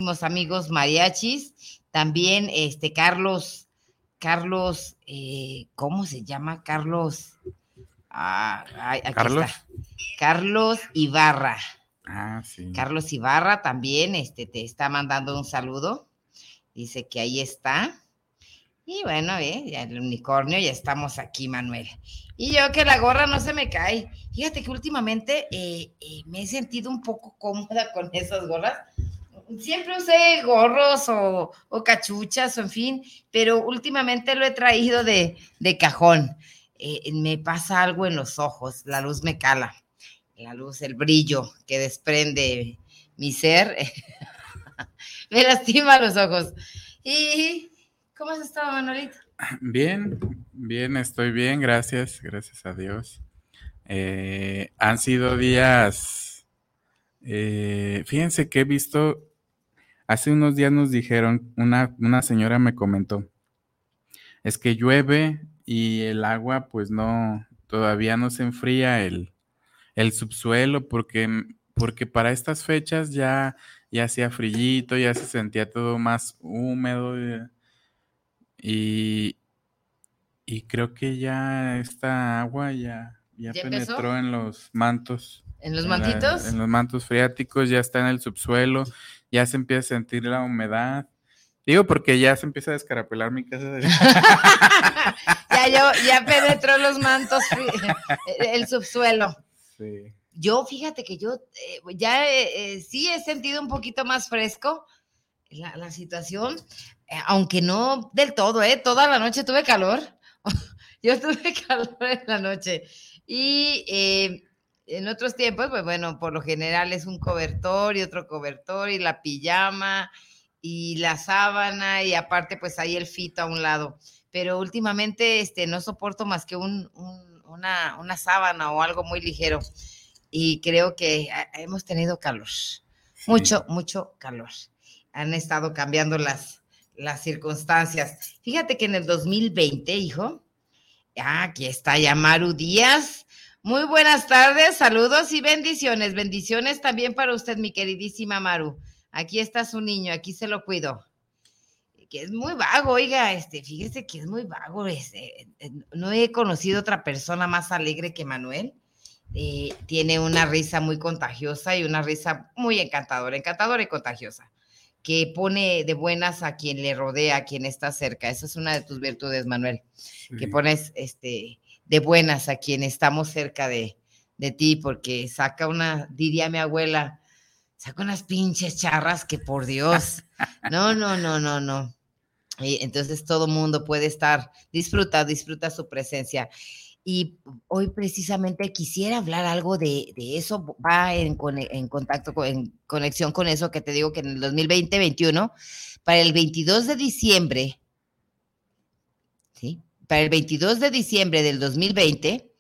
queridísimos amigos mariachis, también Carlos, ¿cómo se llama? Carlos, aquí ¿Carlos? está, Carlos Ibarra. Sí. Carlos Ibarra también te está mandando un saludo, dice que ahí está. Y bueno, ya el unicornio, ya estamos aquí, Manuel. Y yo que la gorra no se me cae. Fíjate que últimamente me he sentido un poco cómoda con esas gorras. Siempre usé gorros o cachuchas, o en fin, pero últimamente lo he traído de cajón. Me pasa algo en los ojos, la luz me cala. La luz, el brillo que desprende mi ser, me lastima los ojos. ¿Y cómo has estado, Manolito? Bien, estoy bien, gracias a Dios. Han sido días, fíjense que he visto, hace unos días nos dijeron, una señora me comentó, es que llueve y el agua pues no, todavía no se enfría el subsuelo porque para estas fechas ya hacía frillito, ya se sentía todo más húmedo y creo que ya esta agua ya penetró en los mantos. ¿En los mantitos? En los mantos freáticos, ya está en el subsuelo, ya se empieza a sentir la humedad. Digo porque ya se empieza a descarapelar mi casa. ya penetró los mantos, el subsuelo. Sí. Yo, fíjate que yo sí he sentido un poquito más fresco la situación, aunque no del todo, toda la noche tuve calor. Yo tuve calor en la noche. Y en otros tiempos, pues bueno, por lo general es un cobertor y otro cobertor y la pijama y la sábana y aparte pues ahí el fito a un lado. Pero últimamente no soporto más que una sábana o algo muy ligero. Y creo que hemos tenido calor. Sí. Mucho calor. Han estado cambiando las circunstancias. Fíjate que en el 2020, hijo, aquí está ya Maru Díaz. Muy buenas tardes, saludos y bendiciones. Bendiciones también para usted, mi queridísima Maru. Aquí está su niño, aquí se lo cuido. Que es muy vago, oiga, fíjese que es muy vago. No he conocido otra persona más alegre que Manuel. Tiene una risa muy contagiosa y una risa muy encantadora y contagiosa, que pone de buenas a quien le rodea, a quien está cerca. Esa es una de tus virtudes, Manuel, sí. Que pones de buenas a quien estamos cerca de ti, porque saca diría mi abuela, saca unas pinches charras que por Dios, no. Y entonces todo mundo puede estar, disfruta su presencia. Y hoy precisamente quisiera hablar algo de eso, va en contacto, en conexión con eso que te digo que en el 2020-21, para el 22 de diciembre, ¿sí? Para el 22 de diciembre del 2020,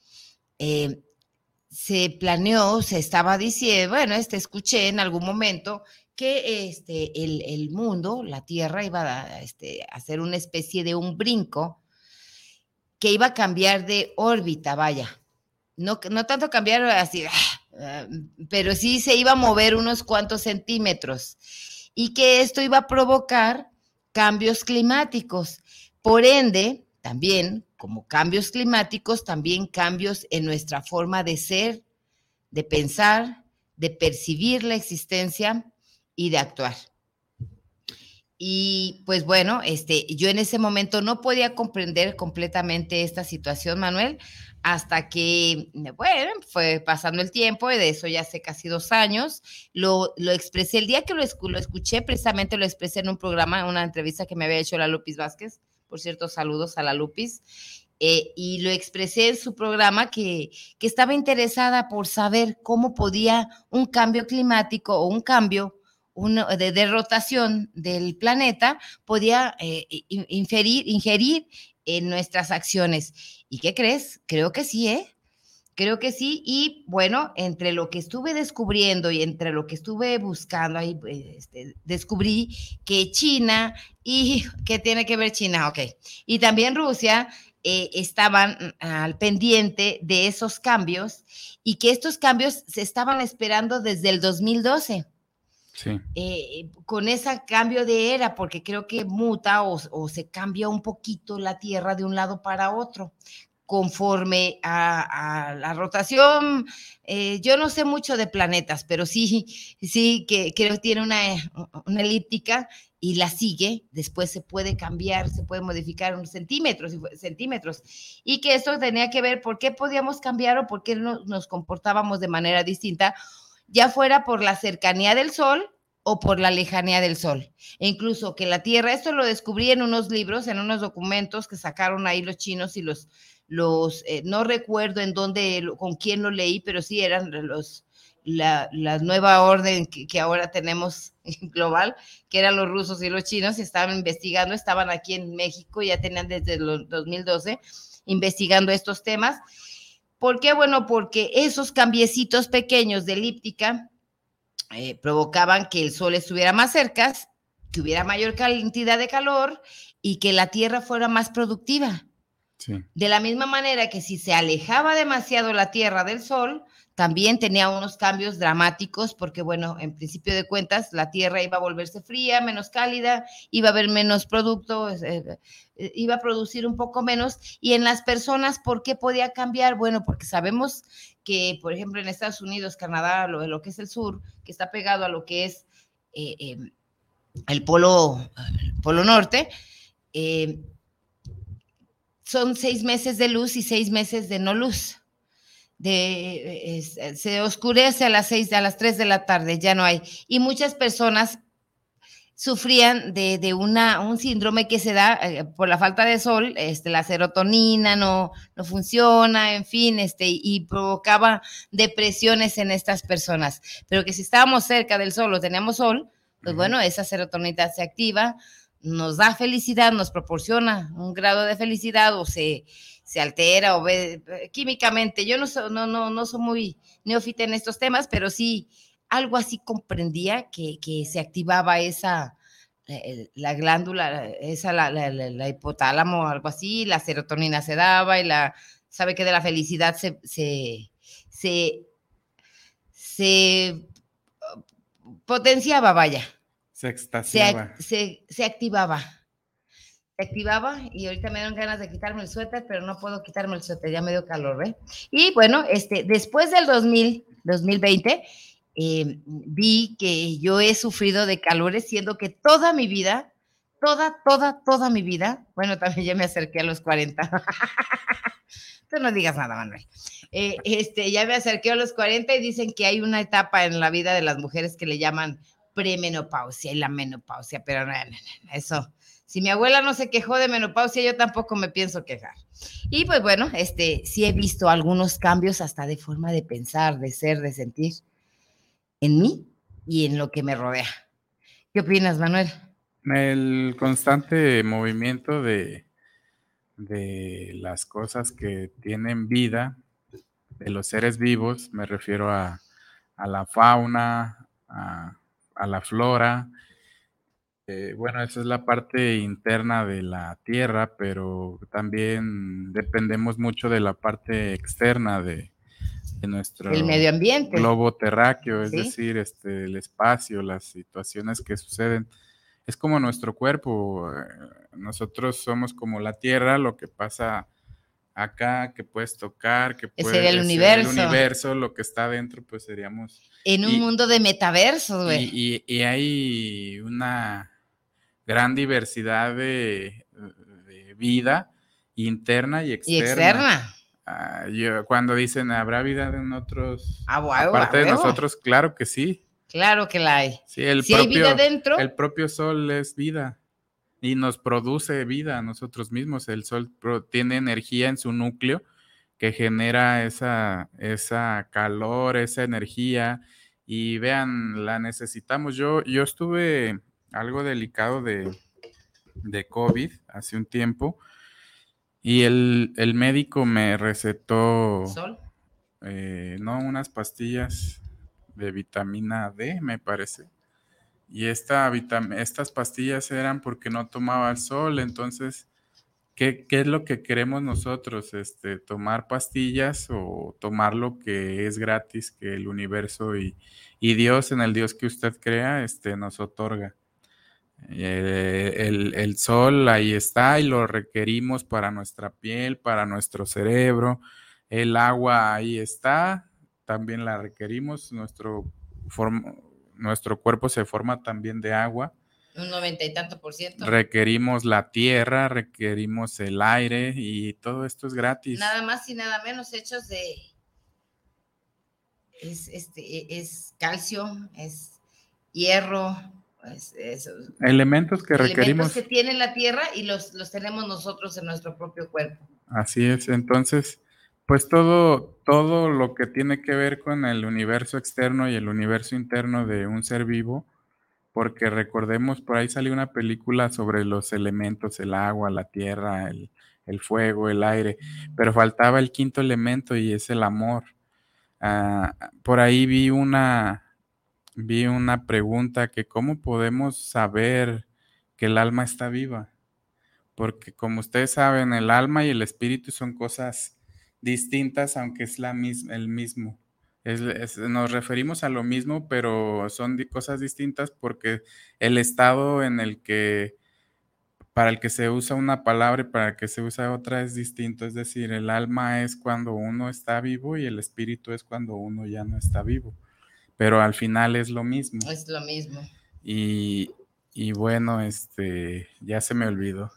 se planeó, se estaba diciendo, bueno, escuché en algún momento que el mundo, la Tierra, iba a hacer una especie de un brinco que iba a cambiar de órbita, vaya. No tanto cambiar así, pero sí se iba a mover unos cuantos centímetros y que esto iba a provocar cambios climáticos. Por ende, también, como cambios climáticos, también cambios en nuestra forma de ser, de pensar, de percibir la existencia y de actuar. Y pues bueno, yo en ese momento no podía comprender completamente esta situación, Manuel, hasta que, bueno, fue pasando el tiempo, y de eso ya hace casi 2 años, lo expresé, el día que lo escuché, precisamente lo expresé en un programa, en una entrevista que me había hecho la Lupis Vázquez, por cierto, saludos a la Lupis, y lo expresé en su programa que estaba interesada por saber cómo podía un cambio climático o un cambio de rotación del planeta podía ingerir en nuestras acciones. ¿Y qué crees? Creo que sí, Creo que sí. Y bueno, entre lo que estuve descubriendo y entre lo que estuve buscando, ahí descubrí que China, y ¿qué tiene que ver China? Ok. Y también Rusia estaban al pendiente de esos cambios y que estos cambios se estaban esperando desde el 2012. Sí, con ese cambio de era, porque creo que muta o se cambia un poquito la Tierra de un lado para otro conforme a la rotación. Yo no sé mucho de planetas, pero sí que creo que tiene una elíptica y la sigue, después se puede cambiar, se puede modificar unos centímetros, y que esto tenía que ver por qué podíamos cambiar o por qué nos comportábamos de manera distinta, ya fuera por la cercanía del Sol o por la lejanía del Sol. E incluso que la Tierra, esto lo descubrí en unos libros, en unos documentos que sacaron ahí los chinos y no recuerdo en dónde, con quién lo leí, pero sí eran la nueva orden que ahora tenemos global, que eran los rusos y los chinos, estaban investigando, estaban aquí en México, ya tenían desde el 2012 investigando estos temas. ¿Por qué? Bueno, porque esos cambiecitos pequeños de elíptica provocaban que el Sol estuviera más cerca, que hubiera mayor cantidad de calor y que la Tierra fuera más productiva. sí. De la misma manera que si se alejaba demasiado la Tierra del Sol, también tenía unos cambios dramáticos, porque bueno, en principio de cuentas, la Tierra iba a volverse fría, menos cálida, iba a haber menos producto, iba a producir un poco menos. Y en las personas, ¿por qué podía cambiar? Bueno, porque sabemos que, por ejemplo, en Estados Unidos, Canadá, lo que es el sur, que está pegado a lo que es eh, eh, el polo norte, eh, son 6 meses de luz y 6 meses de no luz. Se oscurece a las 3 de la tarde, ya no hay. Y muchas personas sufrían de un síndrome que se da por la falta de sol, la serotonina no funciona, en fin, y provocaba depresiones en estas personas. Pero que si estábamos cerca del sol o tenemos sol, pues bueno, esa serotonina se activa, nos da felicidad, nos proporciona un grado de felicidad o se altera o ve químicamente. Yo no soy muy neófita en estos temas, pero sí algo así comprendía que se activaba la glándula, la hipotálamo, algo así, la serotonina se daba sabe que de la felicidad se, se potenciaba, vaya, Se extasiaba. se activaba. Se activaba y ahorita me dan ganas de quitarme el suéter, pero no puedo quitarme el suéter, ya me dio calor, ¿ve? Y bueno, después del 2020, vi que yo he sufrido de calores, siendo que toda mi vida, toda mi vida, bueno, también ya me acerqué a los 40. Tú no digas nada, Manuel. Ya me acerqué a los 40 y dicen que hay una etapa en la vida de las mujeres que le llaman premenopausia y la menopausia, pero no, eso. Si mi abuela no se quejó de menopausia, yo tampoco me pienso quejar. Y pues bueno, sí he visto algunos cambios hasta de forma de pensar, de ser, de sentir en mí y en lo que me rodea. ¿Qué opinas, Manuel? El constante movimiento de las cosas que tienen vida, de los seres vivos, me refiero a la fauna, a la flora. Bueno, esa es la parte interna de la Tierra, pero también dependemos mucho de la parte externa de El nuestro medio ambiente, globo terráqueo, es ¿sí? decir, el espacio, las situaciones que suceden. Es como nuestro cuerpo. Nosotros somos como la Tierra, lo que pasa acá, que puedes tocar, que Ese sería el puede ser el universo. universo, lo que está adentro, pues seríamos. En un Y, mundo de metaversos, güey. y hay una gran diversidad de vida interna y Y externa. externa. Cuando dicen, ¿habrá vida en otros, A huevo, a aparte de huevo. nosotros? Claro que sí. Claro que la hay. Sí, Si hay vida dentro, el propio sol es vida y nos produce vida a nosotros mismos. El sol tiene energía en su núcleo que genera esa calor, esa energía, y vean, la necesitamos. Yo estuve algo delicado de COVID hace un tiempo y el médico me recetó, sol. no, unas pastillas de vitamina D, me parece. Y estas pastillas eran porque no tomaba el sol, entonces ¿Qué es lo que queremos nosotros? ¿Tomar pastillas o tomar lo que es gratis, que el universo y Dios, en el Dios que usted crea, nos otorga? El sol ahí está y lo requerimos para nuestra piel, para nuestro cerebro. El agua ahí está, también la requerimos. Nuestro cuerpo se forma también de agua. Un 90 y tanto %. Requerimos la tierra, requerimos el aire y todo esto es gratis. Nada más y nada menos hechos de... Es calcio, es hierro, elementos que requerimos. Elementos que tiene la tierra y los tenemos nosotros en nuestro propio cuerpo. Así es, entonces, pues todo lo que tiene que ver con el universo externo y el universo interno de un ser vivo, porque recordemos, por ahí salió una película sobre los elementos, el agua, la tierra, el fuego, el aire, pero faltaba el quinto elemento y es el amor. Por ahí vi una pregunta que cómo podemos saber que el alma está viva, porque como ustedes saben, el alma y el espíritu son cosas distintas, aunque es el mismo. Nos referimos a lo mismo, pero son cosas distintas porque el estado en el que, para el que se usa una palabra y para el que se usa otra es distinto. Es decir, el alma es cuando uno está vivo y el espíritu es cuando uno ya no está vivo. Pero al final es lo mismo. Es lo mismo. Y bueno, ya se me olvidó.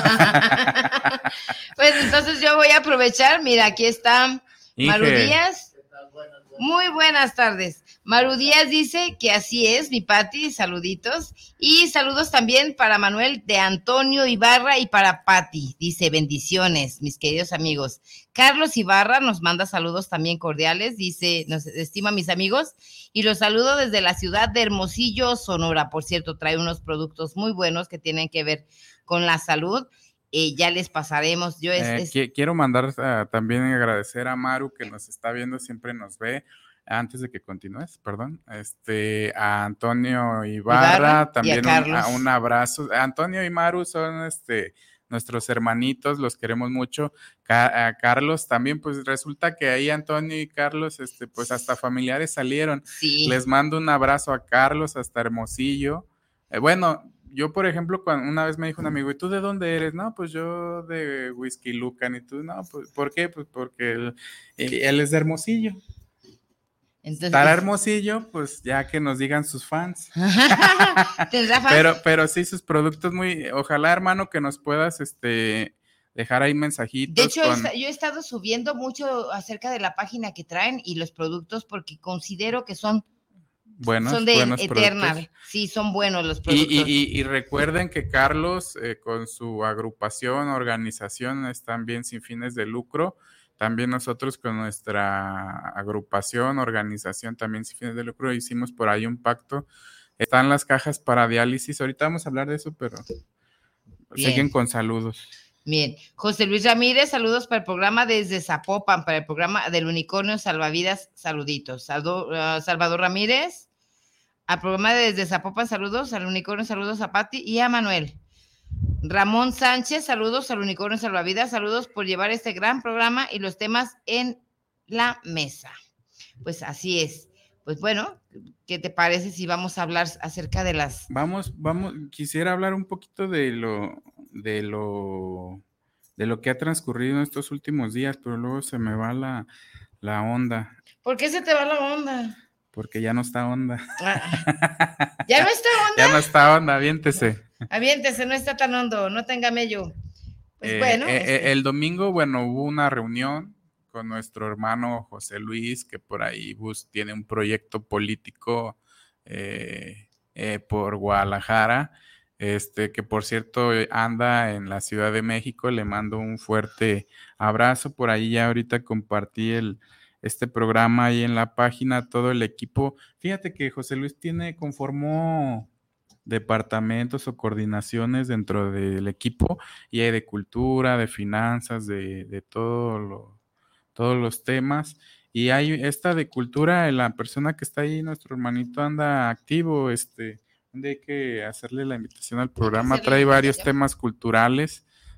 Pues entonces yo voy a aprovechar. Mira, aquí está Maru Díaz. Muy buenas tardes. Maru Díaz dice que así es, mi Pati, saluditos. Y saludos también para Manuel de Antonio Ibarra y para Pati. Dice, bendiciones, mis queridos amigos. Carlos Ibarra nos manda saludos también cordiales. Dice, nos estima mis amigos. Y los saludo desde la ciudad de Hermosillo, Sonora. Por cierto, trae unos productos muy buenos que tienen que ver con la salud. Ya les pasaremos. Quiero mandar también agradecer a Maru que nos está viendo, siempre nos ve. Antes de que continúes, perdón, a Antonio Ibarra también un abrazo. Antonio y Maru son nuestros hermanitos, los queremos mucho. A Carlos también, pues resulta que ahí Antonio y Carlos, pues hasta familiares salieron. Sí. Les mando un abrazo a Carlos hasta Hermosillo. Bueno, yo, por ejemplo, una vez me dijo un amigo, ¿y tú de dónde eres? No, pues yo de Whisky Lucan. Y tú, no, pues, ¿por qué? Pues porque él es de Hermosillo. Entonces, estará Hermosillo, pues ya que nos digan sus fans. ¿Tendrá fans? Pero sí, sus productos ojalá, hermano, que nos puedas dejar ahí mensajitos. De hecho, yo he estado subiendo mucho acerca de la página que traen y los productos porque considero que son buenos eterna. Productos. Sí, son buenos los productos. Y recuerden que Carlos, con su agrupación, organización, están bien sin fines de lucro. También nosotros con nuestra agrupación, organización, también sin fines de lucro, hicimos por ahí un pacto. Están las cajas para diálisis. Ahorita vamos a hablar de eso, pero bien. Siguen con saludos. Bien. José Luis Ramírez, saludos para el programa desde Zapopan, para el programa del Unicornio Salvavidas, saluditos. Salvador Ramírez, al programa desde Zapopan, saludos, al Unicornio, saludos a Pati y a Manuel. Ramón Sánchez, saludos al Unicornio Salvavidas, saludos por llevar este gran programa y los temas en la mesa. Pues así es. Pues bueno, ¿qué te parece si vamos a hablar acerca de las... Vamos, quisiera hablar un poquito de lo que ha transcurrido en estos últimos días, pero luego se me va la onda. ¿Por qué se te va la onda? Porque ya no está onda. ¿Ya no está onda? Ya no está onda, aviéntese. Aviéntese, no está tan hondo, no tenga mello. Pues bueno. El domingo, hubo una reunión con nuestro hermano José Luis, que por ahí tiene un proyecto político por Guadalajara, que por cierto anda en la Ciudad de México. Le mando un fuerte abrazo. Por ahí ya ahorita compartí este programa ahí en la página, todo el equipo. Fíjate que José Luis conformó departamentos o coordinaciones dentro del equipo, y hay de cultura, de finanzas, de todos los temas. Y hay esta de cultura, la persona que está ahí, nuestro hermanito, anda activo, donde hay que hacerle la invitación al programa, trae varios temas culturales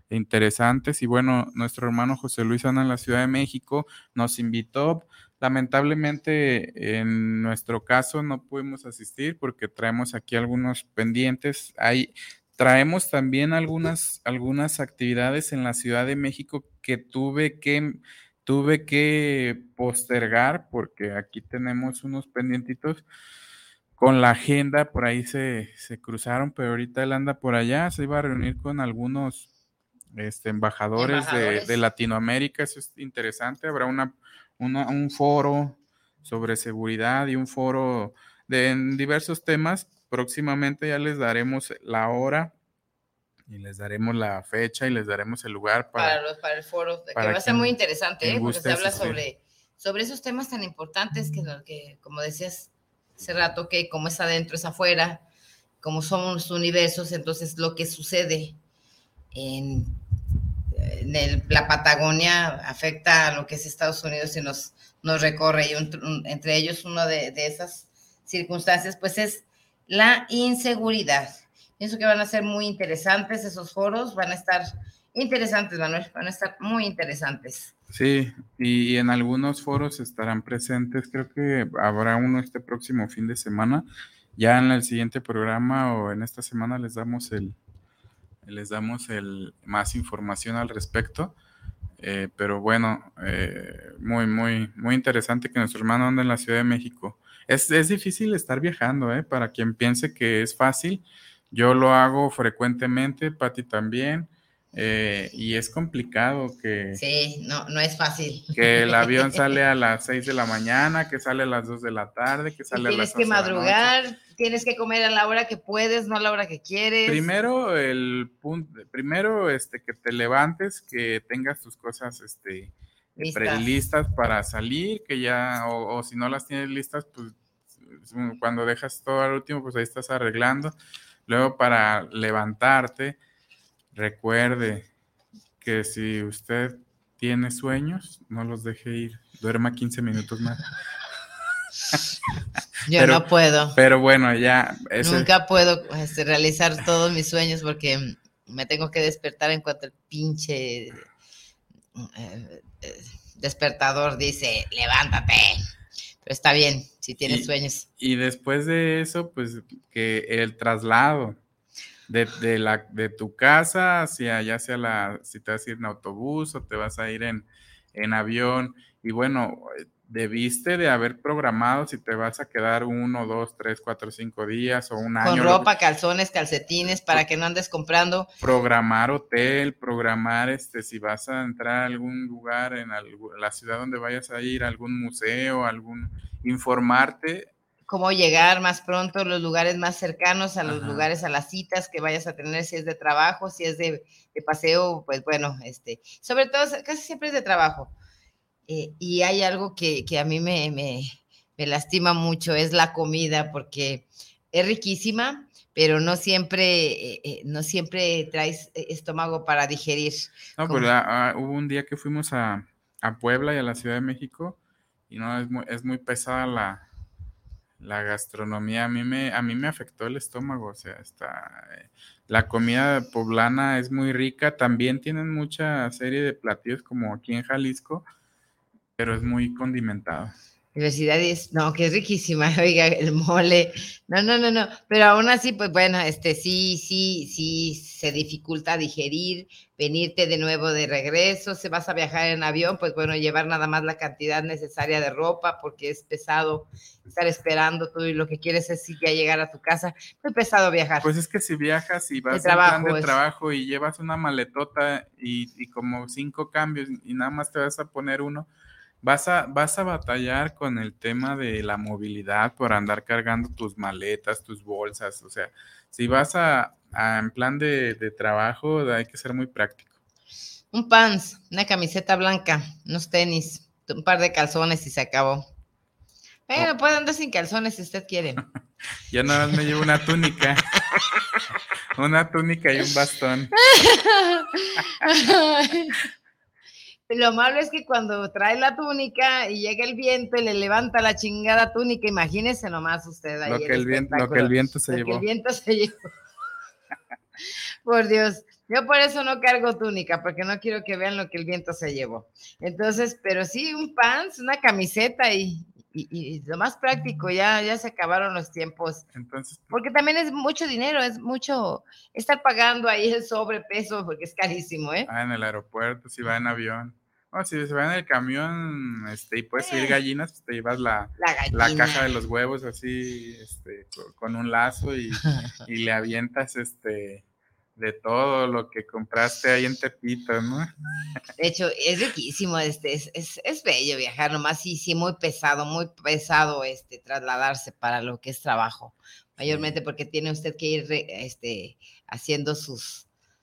interesantes. Y bueno, nuestro hermano José Luis anda en la Ciudad de México, nos invitó. Lamentablemente, en nuestro caso no pudimos asistir porque traemos aquí algunos pendientes. Traemos también algunas actividades en la Ciudad de México que tuve que postergar porque aquí tenemos unos pendientitos con la agenda, por ahí se cruzaron, pero ahorita él anda por allá, se iba a reunir con algunos embajadores de Latinoamérica. Eso es interesante. Habrá un foro sobre seguridad y un foro en diversos temas. Próximamente ya les daremos la hora y les daremos la fecha y les daremos el lugar para el foro, que va a ser muy interesante, porque se habla sobre esos temas tan importantes que, como decías hace rato, que como es adentro es afuera, como son los universos. Entonces lo que sucede en la Patagonia afecta a lo que es Estados Unidos y nos recorre, y entre ellos una de esas circunstancias pues es la inseguridad. Pienso que van a ser muy interesantes esos foros, van a estar interesantes, Manuel, van a estar muy interesantes. Sí, y en algunos foros estarán presentes, creo que habrá uno este próximo fin de semana. Ya en el siguiente programa o en esta semana les damos más información al respecto. Pero bueno, muy, muy, muy interesante que nuestro hermano ande en la Ciudad de México. Es difícil estar viajando, para quien piense que es fácil. Yo lo hago frecuentemente, Pati también, y es complicado Sí, no es fácil. Que el avión sale a las 6 de la mañana, que sale a las 2 de la tarde, que sale a las 8 de la noche. Tienes que madrugar, tienes que comer a la hora que puedes, no a la hora que quieres. Primero que te levantes, que tengas tus cosas listas para salir, que ya, o si no las tienes listas, pues cuando dejas todo al último, pues ahí estás arreglando. Luego para levantarte, recuerde que si usted tiene sueños, no los deje ir, duerma 15 minutos más. Yo no puedo. Pero bueno, ya. Nunca puedo realizar todos mis sueños porque me tengo que despertar en cuanto el pinche despertador dice, levántate. Pero está bien, si tienes sueños. Y después de eso, pues que el traslado de tu casa hacia, ya sea si te vas a ir en autobús o te vas a ir en avión, y bueno, debiste de haber programado si te vas a quedar 1, 2, 3, 4, 5 días o un año. Con ropa, calzones, calcetines, para que no andes comprando. Programar hotel, programar si vas a entrar a algún lugar en la ciudad donde vayas a ir, algún museo, informarte. Cómo llegar más pronto, los lugares más cercanos a los lugares, a las citas que vayas a tener, si es de trabajo, si es de paseo, pues bueno, sobre todo, casi siempre es de trabajo. Y hay algo que a mí me lastima mucho, es la comida, porque es riquísima, pero no siempre traes estómago para digerir. No, pues hubo un día que fuimos a Puebla y a la Ciudad de México, y no, es muy pesada la gastronomía. A mí me afectó el estómago, o sea, la comida poblana es muy rica, también tienen mucha serie de platillos como aquí en Jalisco, pero es muy condimentado. Diversidades, no, que es riquísima, oiga, el mole, no, pero aún así, pues bueno, sí se dificulta digerir, venirte de nuevo de regreso. Si vas a viajar en avión, pues bueno, llevar nada más la cantidad necesaria de ropa, porque es pesado estar esperando tú, y lo que quieres es ya llegar a tu casa. Muy pesado viajar. Pues es que si viajas y vas en plan de trabajo y llevas una maletota y como 5 cambios y nada más te vas a poner uno, vas a batallar con el tema de la movilidad por andar cargando tus maletas, tus bolsas. O sea, si vas en plan de trabajo, hay que ser muy práctico. Un pants, una camiseta blanca, unos tenis, un par de calzones y se acabó. Pero puede andar sin calzones si usted quiere. Ya nada más me llevo una túnica. Una túnica y un bastón. Lo malo es que cuando trae la túnica y llega el viento y le levanta la chingada túnica, imagínese nomás usted ahí. Lo que el viento se llevó. Por Dios. Yo por eso no cargo túnica, porque no quiero que vean lo que el viento se llevó. Entonces, pero sí, un pants, una camiseta y lo más práctico, ya se acabaron los tiempos. Entonces, Porque también es mucho dinero, es mucho estar pagando ahí el sobrepeso, porque es carísimo, ¿eh? en el aeropuerto, si va en avión. O si se va en el camión, y puedes subir gallinas, pues te llevas la caja de los huevos así, con un lazo y le avientas, de todo lo que compraste ahí en Tepito, ¿no? De hecho, es riquísimo, es bello viajar, nomás sí, muy pesado, trasladarse para lo que es trabajo, mayormente porque tiene usted que ir, haciendo sus,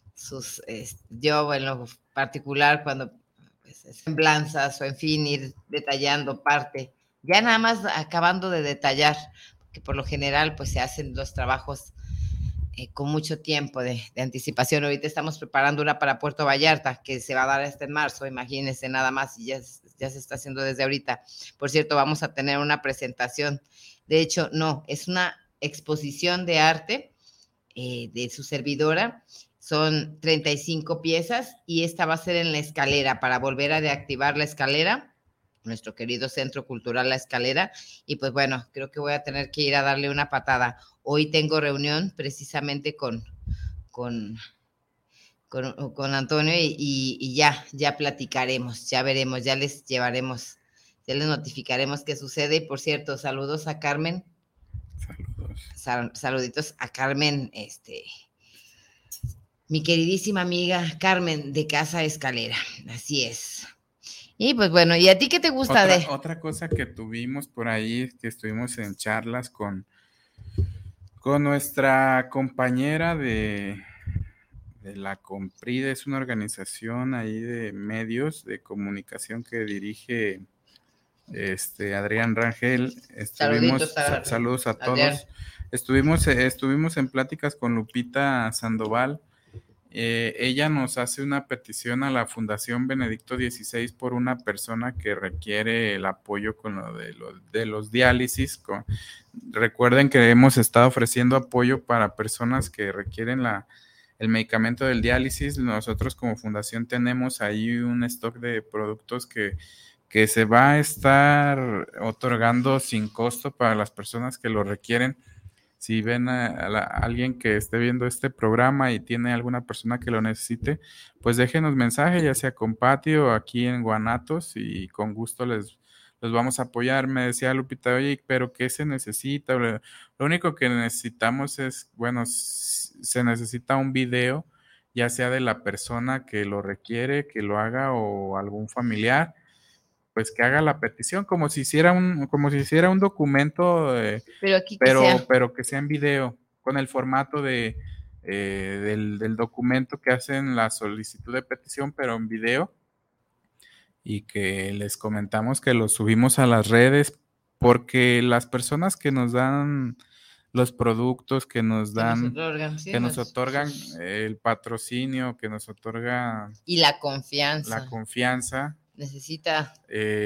yo en lo particular, cuando pues, semblanzas o en fin, ir detallando parte, ya nada más acabando de detallar, porque por lo general pues se hacen los trabajos con mucho tiempo de anticipación. Ahorita estamos preparando una para Puerto Vallarta, que se va a dar en marzo, imagínense nada más, y ya se está haciendo desde ahorita. Por cierto, vamos a tener una presentación, de hecho, no, es una exposición de arte de su servidora, son 35 piezas y esta va a ser en la escalera, para volver a reactivar la escalera, nuestro querido Centro Cultural La Escalera, y pues bueno, creo que voy a tener que ir a darle una patada. Hoy tengo reunión precisamente con, con Antonio y ya platicaremos, ya veremos, ya les llevaremos, ya les notificaremos qué sucede. Y por cierto, saludos a Carmen. Saluditos a Carmen, mi queridísima amiga Carmen de Casa Escalera, así es. Y pues bueno, ¿y a ti qué te gusta otra cosa que tuvimos por ahí, que estuvimos en charlas con nuestra compañera de la Compride, es una organización ahí de medios de comunicación que dirige Adrián Rangel. Saludos a todos. Estuvimos en pláticas con Lupita Sandoval. Ella nos hace una petición a la Fundación Benedicto XVI por una persona que requiere el apoyo con lo de los diálisis. Recuerden que hemos estado ofreciendo apoyo para personas que requieren el medicamento del diálisis. Nosotros como fundación tenemos ahí un stock de productos que se va a estar otorgando sin costo para las personas que lo requieren. Si ven a alguien que esté viendo este programa y tiene alguna persona que lo necesite, pues déjenos mensaje, ya sea con Pati o aquí en Guanatos, y con gusto los vamos a apoyar. Me decía Lupita, oye, pero ¿qué se necesita? Lo único que necesitamos es, bueno, se necesita un video, ya sea de la persona que lo requiere, que lo haga, o algún familiar, pues que haga la petición como si hiciera un documento, pero que sea en video, con el formato del documento que hacen la solicitud de petición, pero en video, y que les comentamos que lo subimos a las redes, porque las personas que nos dan los productos, que nos otorgan el patrocinio, que nos otorga y la confianza necesita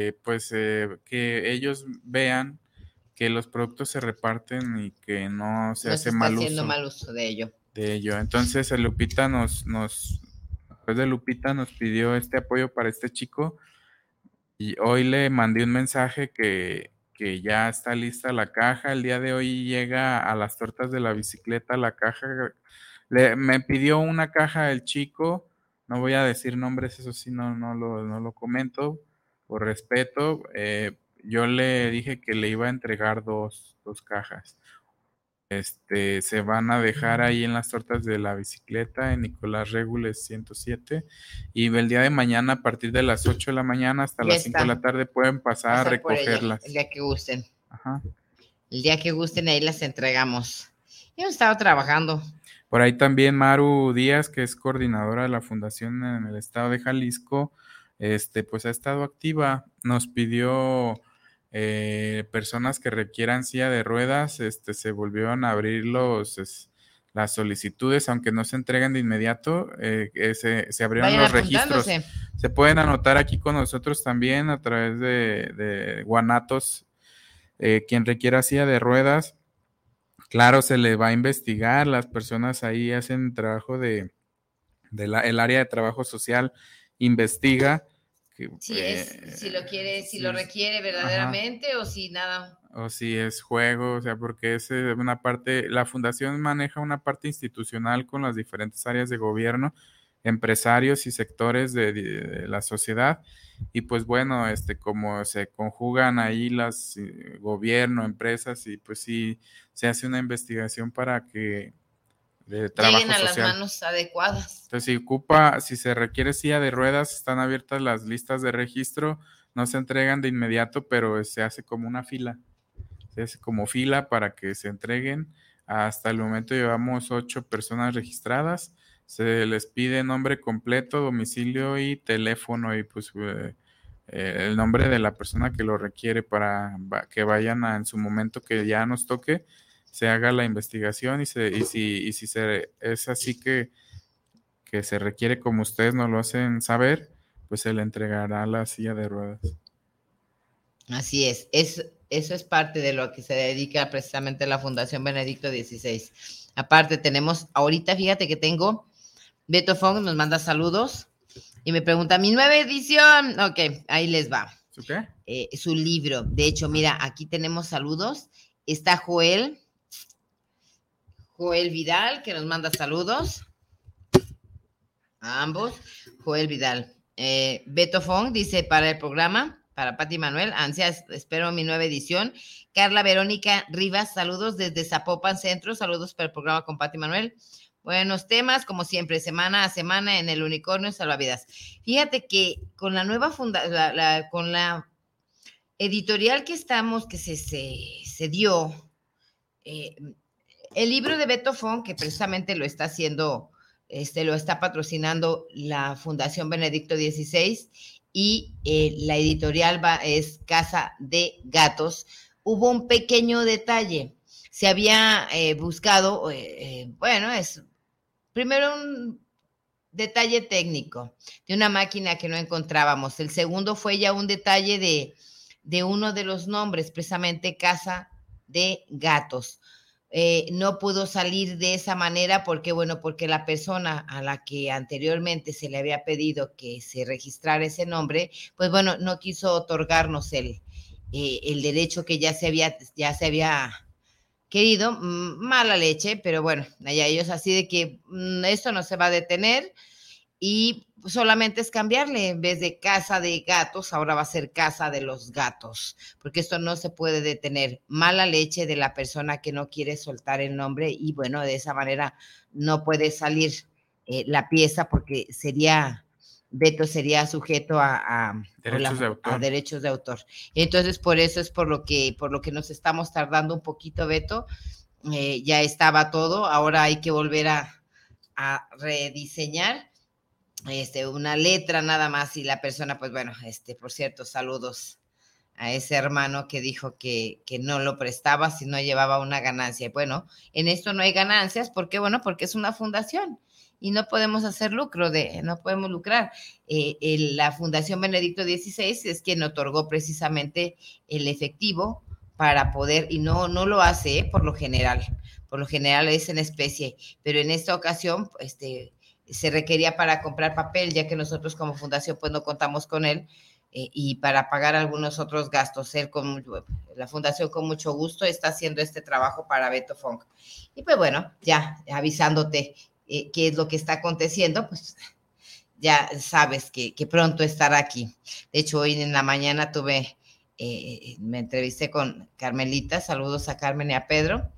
que ellos vean que los productos se reparten y que no se hace mal uso de ello. Entonces Lupita después de Lupita nos pidió este apoyo para este chico, y hoy le mandé un mensaje que ya está lista la caja. El día de hoy llega a las tortas de la bicicleta la caja. Me pidió una caja el chico, no voy a decir nombres, eso sí, no lo comento por respeto. Yo le dije que le iba a entregar dos cajas. Se van a dejar ahí en las tortas de la bicicleta en Nicolás Regules 107, y el día de mañana a partir de las 8 de la mañana hasta las 5 de la tarde pueden pasar a recogerlas. El día que gusten. Ajá. El día que gusten ahí las entregamos. Yo he estado trabajando. Por ahí también Maru Díaz, que es coordinadora de la fundación en el estado de Jalisco, pues ha estado activa. Nos pidió personas que requieran silla de ruedas, se volvieron a abrir las solicitudes, aunque no se entreguen de inmediato, se abrieron los registros. Se pueden anotar aquí con nosotros también a través de Guanatos, quien requiera silla de ruedas. Claro, se le va a investigar, las personas ahí hacen trabajo de el área de trabajo social investiga que, si lo quiere, si lo requiere ajá, verdaderamente o si nada. o si es juego, o sea, porque es una parte, la fundación maneja una parte institucional con las diferentes áreas de gobierno, empresarios y sectores de la sociedad, y pues bueno, como se conjugan ahí las gobierno, empresas, y pues sí, se hace una investigación para que de Lleguen trabajo a las social. manos adecuadas. Entonces, si se requiere silla de ruedas, están abiertas las listas de registro, no se entregan de inmediato, pero se hace como una fila. Se hace como fila para que se entreguen. Hasta el momento llevamos 8 personas registradas. Se les pide nombre completo, domicilio y teléfono y pues el nombre de la persona que lo requiere para que vayan en su momento que ya nos toque, se haga la investigación y si es así que se requiere como ustedes nos lo hacen saber, pues se le entregará la silla de ruedas. Así es, eso es parte de lo que se dedica precisamente la Fundación Benedicto XVI. Aparte tenemos, ahorita fíjate que tengo, Beto Fong nos manda saludos y me pregunta, mi nueva edición, ok, ahí les va. ¿Su qué? Su libro, de hecho, mira, aquí tenemos saludos, está Joel Vidal, que nos manda saludos, a ambos, Joel Vidal. Beto Fong dice, para el programa, para Pati Manuel, ansias, espero mi nueva edición. Carla Verónica Rivas, saludos desde Zapopan Centro, saludos para el programa con Pati Manuel. Buenos temas, como siempre, semana a semana en el Unicornio Salvavidas. Fíjate que con la nueva con la editorial que estamos, que se dio, el libro de Beto Fong, que precisamente lo está haciendo, lo está patrocinando la Fundación Benedicto XVI y la editorial es Casa de Gatos. Hubo un pequeño detalle. Se había buscado, bueno, es primero un detalle técnico de una máquina que no encontrábamos. El segundo fue ya un detalle de uno de los nombres, precisamente Casa de Gatos. No pudo salir de esa manera porque, bueno, porque la persona a la que anteriormente se le había pedido que se registrara ese nombre, pues bueno, no quiso otorgarnos el derecho que ya se había querido, mala leche, pero bueno, allá ellos así de que esto no se va a detener y solamente es cambiarle, en vez de casa de gatos, ahora va a ser casa de los gatos, porque esto no se puede detener. Mala leche de la persona que no quiere soltar el nombre y bueno, de esa manera no puede salir la pieza porque Beto sería sujeto Derechos de autor. a derechos de autor. Entonces, por eso es por lo que nos estamos tardando un poquito, Beto. Ya estaba todo, ahora hay que volver a rediseñar una letra nada más y la persona, pues bueno, por cierto, saludos a ese hermano que dijo que no lo prestaba si no llevaba una ganancia. Bueno, en esto no hay ganancias, ¿por qué? Bueno, porque es una fundación y no podemos hacer lucro, no podemos lucrar. La Fundación Benedicto XVI es quien otorgó precisamente el efectivo para poder, y no lo hace por lo general es en especie, pero en esta ocasión, se requería para comprar papel, ya que nosotros como fundación pues no contamos con él, y para pagar algunos otros gastos. La fundación con mucho gusto está haciendo este trabajo para Beto Fong. Y pues bueno, ya avisándote qué es lo que está aconteciendo, pues ya sabes que pronto estará aquí. De hecho, hoy en la mañana me entrevisté con Carmelita, saludos a Carmen y a Pedro,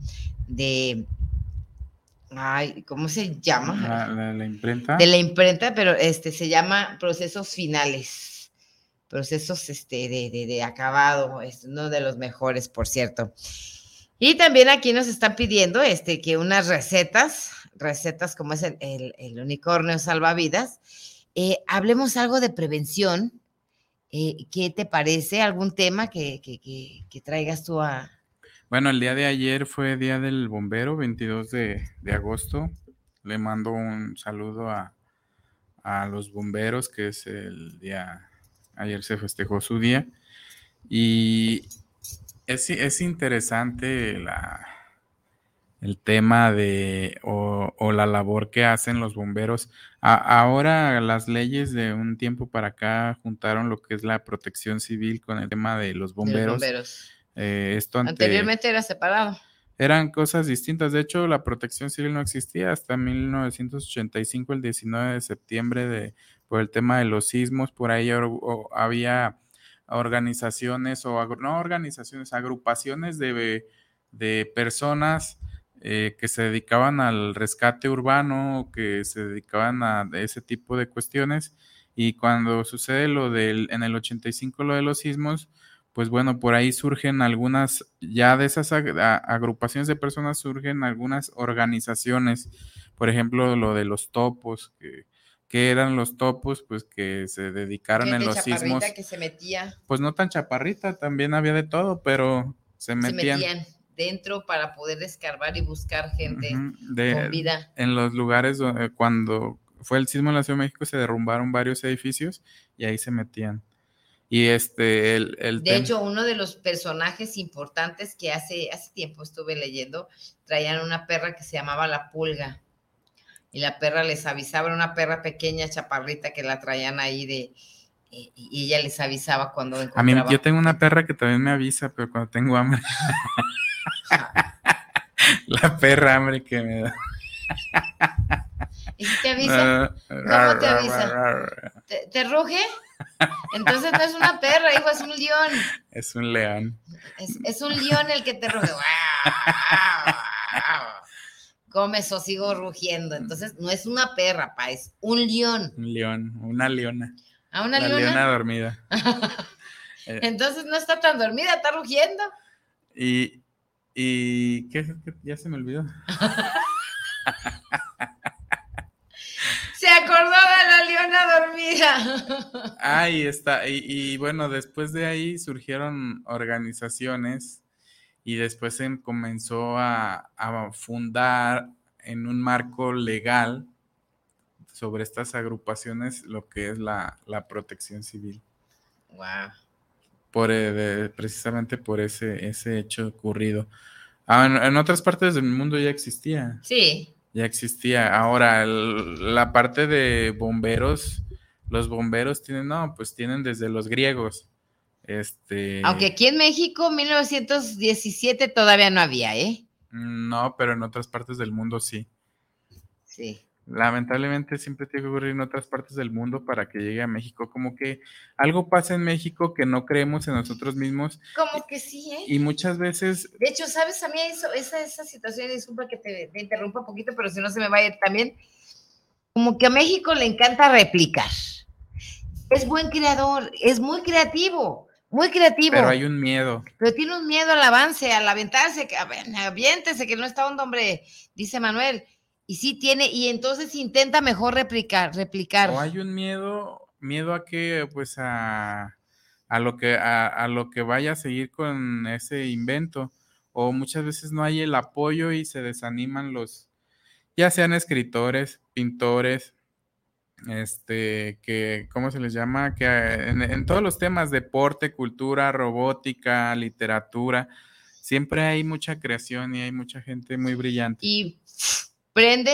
¿cómo se llama? La imprenta. De la imprenta, pero se llama procesos finales, procesos de acabado, es uno de los mejores, por cierto. Y también aquí nos están pidiendo que unas recetas como es el unicornio salvavidas, hablemos algo de prevención. ¿Qué te parece? ¿Algún tema que traigas tú a...? Bueno, el día de ayer fue Día del Bombero, 22 de agosto. Le mando un saludo a los bomberos, que es el día, ayer se festejó su día. Y es interesante el tema o la labor que hacen los bomberos. Ahora las leyes de un tiempo para acá juntaron lo que es la protección civil con el tema de los De los bomberos. bomberos. Esto Anteriormente era separado. Eran cosas distintas. De hecho, la protección civil no existía hasta 1985, el 19 de septiembre, por el tema de los sismos. Por ahí había organizaciones no organizaciones, agrupaciones de personas que se dedicaban al rescate urbano, que se dedicaban a ese tipo de cuestiones. Y cuando sucede en el 85 lo de los sismos, pues bueno, por ahí surgen algunas, ya de esas agrupaciones de personas surgen algunas organizaciones, por ejemplo, lo de los topos, que eran los topos, pues que se dedicaron en los sismos. Que se metía. Pues no tan chaparrita, también había de todo, pero se metían dentro para poder escarbar y buscar gente con vida. En los lugares donde cuando fue el sismo en la Ciudad de México se derrumbaron varios edificios y ahí se metían. Y de hecho, uno de los personajes importantes que hace tiempo estuve leyendo, traían una perra que se llamaba La Pulga. Y la perra les avisaba, era una perra pequeña, chaparrita, que la traían ahí y ella les avisaba cuando encontraba. A mí, yo tengo una perra que también me avisa, pero cuando tengo hambre. La perra hambre que me da. ¿Y si te avisa? ¿Cómo te avisa? ¿Te ruge? Entonces no es una perra, hijo, es un león. Es un león. Es un león el que te ruge. Comes o sigo rugiendo. Entonces no es una perra, pa, es un león. Un león, una leona. ¿A una leona? La leona dormida. Entonces no está tan dormida, está rugiendo. ¿Y qué? Ya se me olvidó. Se acordó de la leona dormida. Ahí está. Y bueno, después de ahí surgieron organizaciones y después se comenzó a fundar en un marco legal sobre estas agrupaciones lo que es la protección civil. Wow. Precisamente por ese hecho ocurrido. En otras partes del mundo ya existía. Sí. Ya existía. Ahora, la parte de bomberos, los bomberos tienen desde los griegos. Aunque aquí en México, 1917 todavía no había, ¿eh? No, pero en otras partes del mundo sí. Sí. Lamentablemente siempre tiene que ocurrir en otras partes del mundo para que llegue a México. Como que algo pasa en México que no creemos en nosotros mismos. Como que sí, ¿eh? Y muchas veces... De hecho, ¿sabes? A mí esa situación, disculpa que te interrumpa un poquito, pero si no se me va a ir también. Como que a México le encanta replicar. Es buen creador, es muy creativo. Muy creativo. Pero hay un miedo. Pero tiene un miedo al avance, al aventarse, que aviéntese, que no está un hombre, dice Manuel. Y sí tiene, y entonces intenta mejor replicar. O hay un miedo a que, pues, a lo que vaya a seguir con ese invento. O muchas veces no hay el apoyo y se desaniman ya sean escritores, pintores, ¿cómo se les llama? Que en todos los temas, deporte, cultura, robótica, literatura, siempre hay mucha creación y hay mucha gente muy brillante. Y prende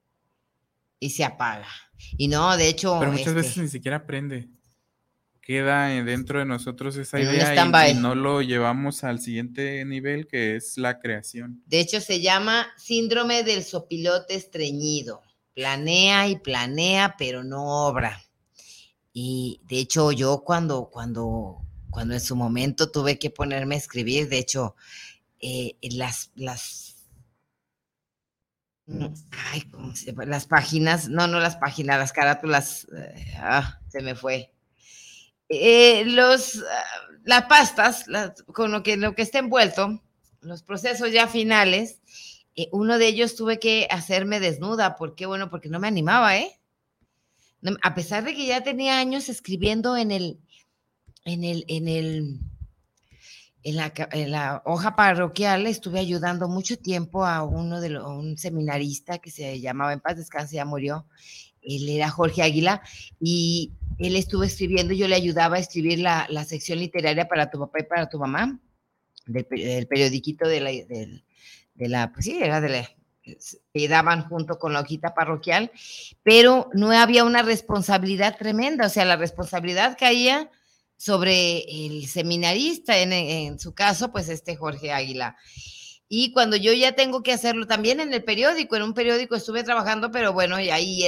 y se apaga. Y no, de hecho... Pero muchas veces ni siquiera prende. Queda dentro de nosotros esa idea y no lo llevamos al siguiente nivel, que es la creación. De hecho, se llama síndrome del sopilote estreñido. Planea y planea, pero no obra. Y de hecho, yo cuando en su momento tuve que ponerme a escribir, de hecho, las páginas, no las páginas, las carátulas, se me fue. Las pastas, con lo que está envuelto, los procesos ya finales, uno de ellos tuve que hacerme desnuda. ¿Por qué? Bueno, porque no me animaba, a pesar de que ya tenía años escribiendo en la hoja parroquial, estuve ayudando mucho tiempo a un seminarista que se llamaba, en paz descanse, ya murió. Él era Jorge Águila y él estuvo escribiendo, yo le ayudaba a escribir la sección literaria para tu papá y para tu mamá, del periodiquito pues sí, era que daban junto con la hojita parroquial, pero no había una responsabilidad tremenda, o sea, la responsabilidad caía sobre el seminarista, en su caso, pues Jorge Águila. Y cuando yo ya tengo que hacerlo también en el periódico, en un periódico estuve trabajando, pero bueno, y ahí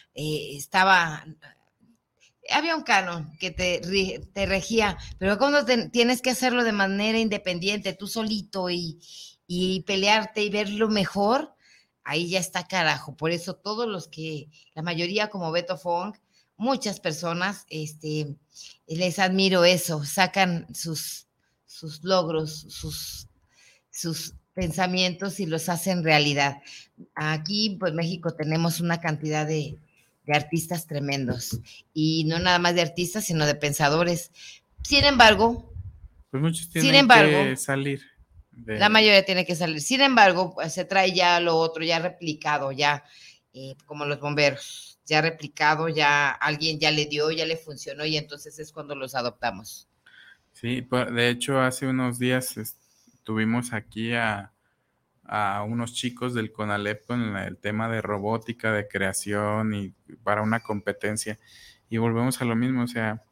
había un canon que te regía, pero cuando tienes que hacerlo de manera independiente, tú solito y pelearte y verlo mejor, ahí ya está carajo. Por eso la mayoría como Beto Fong, muchas personas, les admiro eso, sacan sus logros, sus pensamientos y los hacen realidad. Aquí, pues México, tenemos una cantidad de artistas tremendos, y no nada más de artistas, sino de pensadores. Sin embargo, Pues muchos sin tienen que embargo, salir la de... mayoría tiene que salir. Sin embargo, pues, se trae ya lo otro, ya replicado, ya como los bomberos, ya replicado, ya alguien ya le dio, ya le funcionó, y entonces es cuando los adoptamos. Sí, de hecho hace unos días tuvimos aquí a unos chicos del CONALEP con el tema de robótica, de creación y para una competencia. Y volvemos a lo mismo, o sea,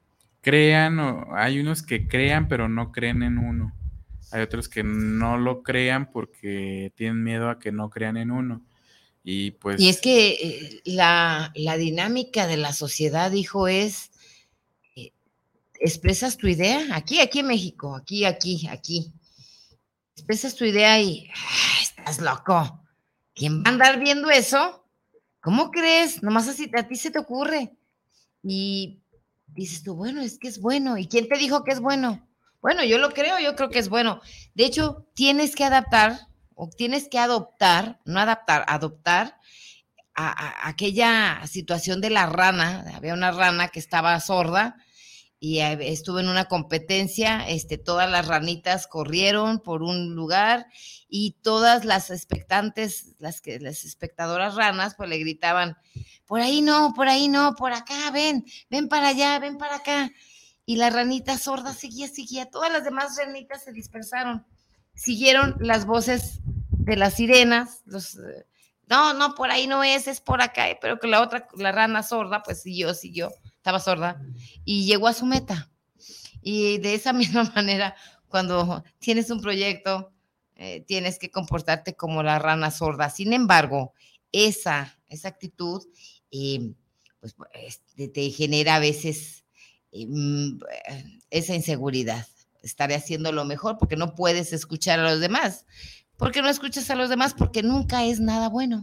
hay unos que crean pero no creen en uno. Hay otros que no lo crean porque tienen miedo a que no crean en uno. Y Y es pues, que la dinámica de la sociedad, hijo, es eh, expresas tu idea, aquí en México, aquí. Expresas tu idea y estás loco. ¿Quién va a andar viendo eso? ¿Cómo crees? Nomás así a ti se te ocurre. Y dices tú, bueno, es que es bueno. ¿Y quién te dijo que es bueno? Bueno, yo creo que es bueno. De hecho, tienes que adaptar o tienes que adoptar, no adaptar, adoptar a aquella situación de la rana. Había una rana que estaba sorda y estuve en una competencia, todas las ranitas corrieron por un lugar y todas las expectantes, las espectadoras ranas, pues le gritaban, por ahí no, por ahí no, por acá, ven para allá, ven para acá. Y la ranita sorda seguía, todas las demás ranitas se dispersaron, siguieron las voces de las sirenas, no, por ahí no es por acá, pero que la rana sorda, pues siguió, estaba sorda, y llegó a su meta. Y de esa misma manera, cuando tienes un proyecto, tienes que comportarte como la rana sorda. Sin embargo, esa actitud, eh, pues, te genera a veces esa inseguridad. Estaré haciendo lo mejor porque no puedes escuchar a los demás. ¿Por qué no escuchas a los demás? Porque nunca es nada bueno.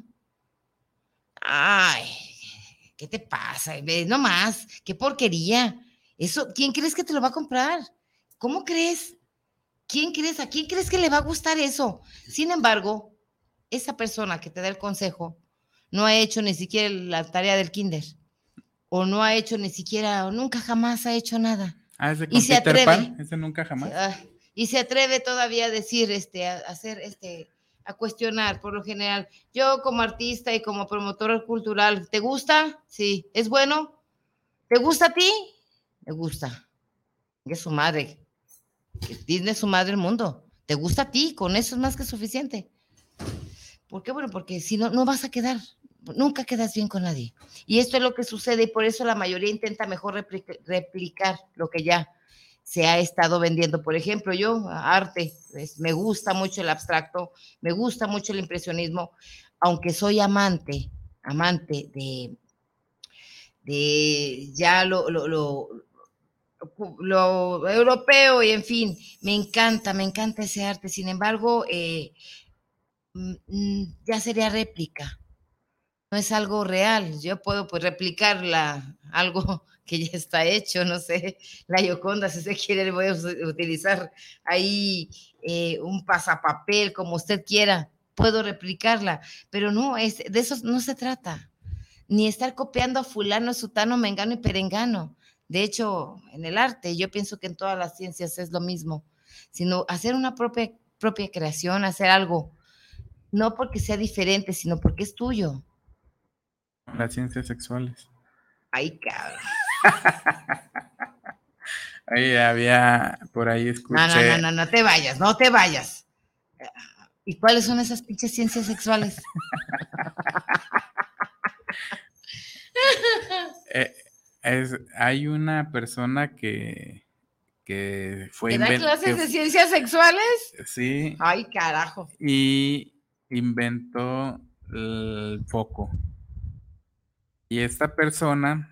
Ay, ¿qué te pasa? No más, qué porquería. Eso, ¿quién crees que te lo va a comprar? ¿Cómo crees? ¿Quién crees? ¿A quién crees que le va a gustar eso? Sin embargo, esa persona que te da el consejo no ha hecho ni siquiera la tarea del kinder, o no ha hecho ni siquiera, o nunca jamás ha hecho nada. ¿es de Y con se Peter Pan? atreve, ¿Es de nunca jamás? y se atreve todavía a decir, a hacer, a cuestionar, por lo general. Yo como artista y como promotor cultural, ¿te gusta? Sí. ¿Es bueno? ¿Te gusta a ti? Me gusta. Es su madre. Disney es su madre el mundo. ¿Te gusta a ti? Con eso es más que suficiente. ¿Por qué? Bueno, porque si no, no vas a quedar. Nunca quedas bien con nadie. Y esto es lo que sucede y por eso la mayoría intenta mejor replicar lo que ya se ha estado vendiendo. Por ejemplo, yo, arte, pues, me gusta mucho el abstracto, me gusta mucho el impresionismo, aunque soy amante de ya lo europeo y en fin, me encanta ese arte. Sin embargo, ya sería réplica, no es algo real. Yo puedo pues replicarla, algo que ya está hecho, no sé, la Gioconda, si usted quiere, voy a utilizar ahí un pasapapel, como usted quiera, puedo replicarla, pero no, de eso no se trata, ni estar copiando a fulano, sutano, mengano y perengano. De hecho, en el arte, yo pienso que en todas las ciencias es lo mismo, sino hacer una propia creación, hacer algo, no porque sea diferente, sino porque es tuyo. Las ciencias sexuales. Ay, cabrón. Ahí había, por ahí No, no, no, escuché, no, no te vayas, no te vayas. ¿Y cuáles son esas pinches ciencias sexuales? Hay una persona que fue ¿Que da clases de ciencias sexuales? Sí. Ay, carajo. Y inventó el foco. Y esta persona,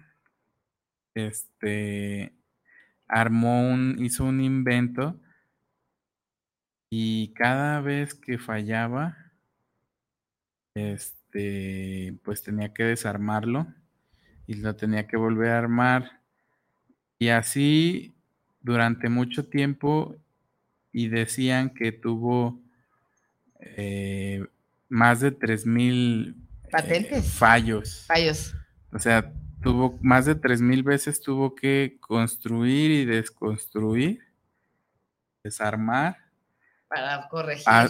hizo un invento y cada vez que fallaba, pues tenía que desarmarlo y lo tenía que volver a armar. Y así durante mucho tiempo, y decían que tuvo más de 3,000 Patentes. fallos. O sea, tuvo más de 3,000 veces tuvo que construir y desconstruir, desarmar. Para corregir.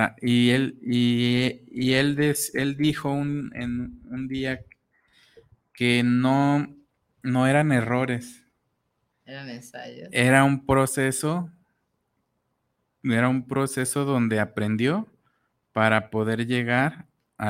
Él dijo en un día que no eran errores. Eran ensayos. Era un proceso donde aprendió para poder llegar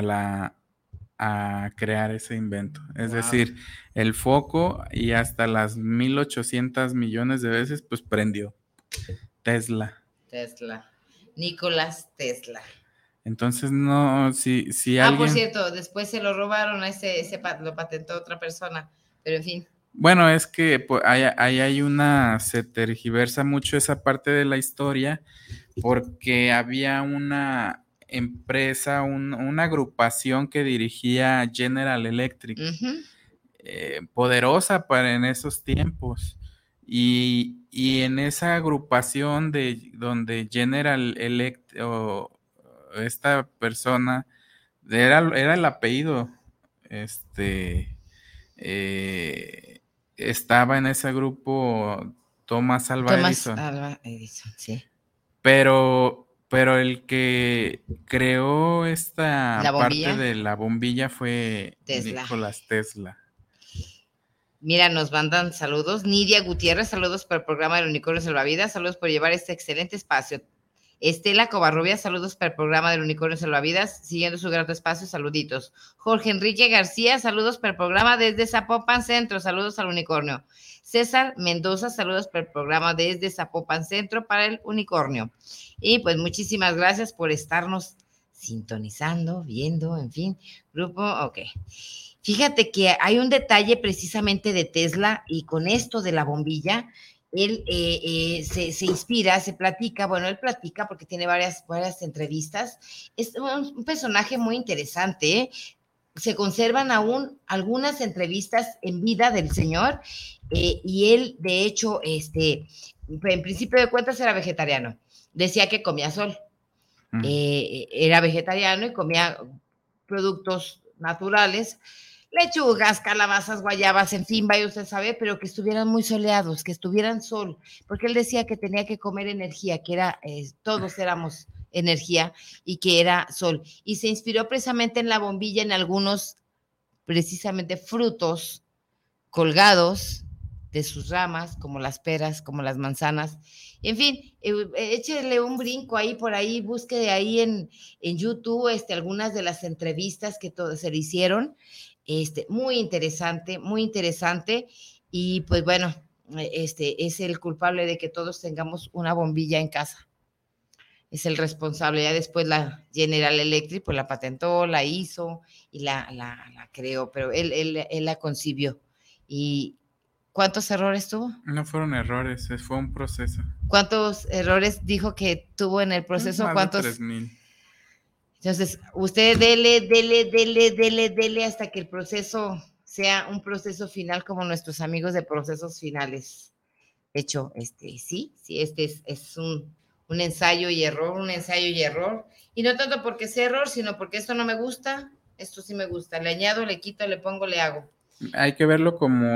a crear ese invento. Es decir, el foco, y hasta las 1,800 millones de veces, pues prendió. Tesla. Nicolás Tesla. Entonces, no, si alguien... por cierto, después se lo robaron, lo patentó otra persona, pero en fin. Bueno, es que pues, se tergiversa mucho esa parte de la historia, porque había una empresa, una agrupación que dirigía General Electric, poderosa en esos tiempos. Y en esa agrupación donde General Electric, o esta persona, era el apellido, estaba en ese grupo Thomas Alva Edison. Sí. Pero el que creó esta parte de la bombilla fue Nicolás Tesla. Mira, nos mandan saludos. Nidia Gutiérrez, saludos para el programa del Unicornio Salvavidas, saludos por llevar este excelente espacio. Estela Covarrubias, saludos para el programa del Unicornio Salvavidas, siguiendo su gran espacio, saluditos. Jorge Enrique García, saludos para el programa desde Zapopan Centro, saludos al Unicornio. César Mendoza, saludos para el programa desde Zapopan Centro para el Unicornio. Y pues muchísimas gracias por estarnos sintonizando, viendo, en fin. Grupo, ok. Fíjate que hay un detalle precisamente de Tesla, y con esto de la bombilla, él se inspira, se platica, bueno, él platica porque tiene varias entrevistas. Es un personaje muy interesante, ¿eh? Se conservan aún algunas entrevistas en vida del señor, y él, de hecho, en principio de cuentas era vegetariano. Decía que comía sol. Era vegetariano y comía productos naturales, lechugas, calabazas, guayabas, en fin, vaya usted sabe, pero que estuvieran muy soleados, que estuvieran sol, porque él decía que tenía que comer energía, que era, todos éramos energía, y que era sol. Y se inspiró precisamente en la bombilla, en algunos, precisamente, frutos colgados de sus ramas, como las peras, como las manzanas. En fin, échele un brinco ahí por ahí, busque de ahí en YouTube algunas de las entrevistas que se le hicieron. Muy interesante, muy interesante. Y pues bueno, es el culpable de que todos tengamos una bombilla en casa. Es el responsable. Ya después la General Electric pues la patentó, la hizo y la creó, pero él la concibió. ¿Y cuántos errores tuvo? No fueron errores, fue un proceso. ¿Cuántos errores dijo que tuvo en el proceso? Más ¿Cuántos? De 3,000. Entonces, usted dele hasta que el proceso sea un proceso final, como nuestros amigos de Procesos Finales. De hecho, sí, es un ensayo y error, y no tanto porque sea error, sino porque esto no me gusta, esto sí me gusta, le añado, le quito, le pongo, le hago. Hay que verlo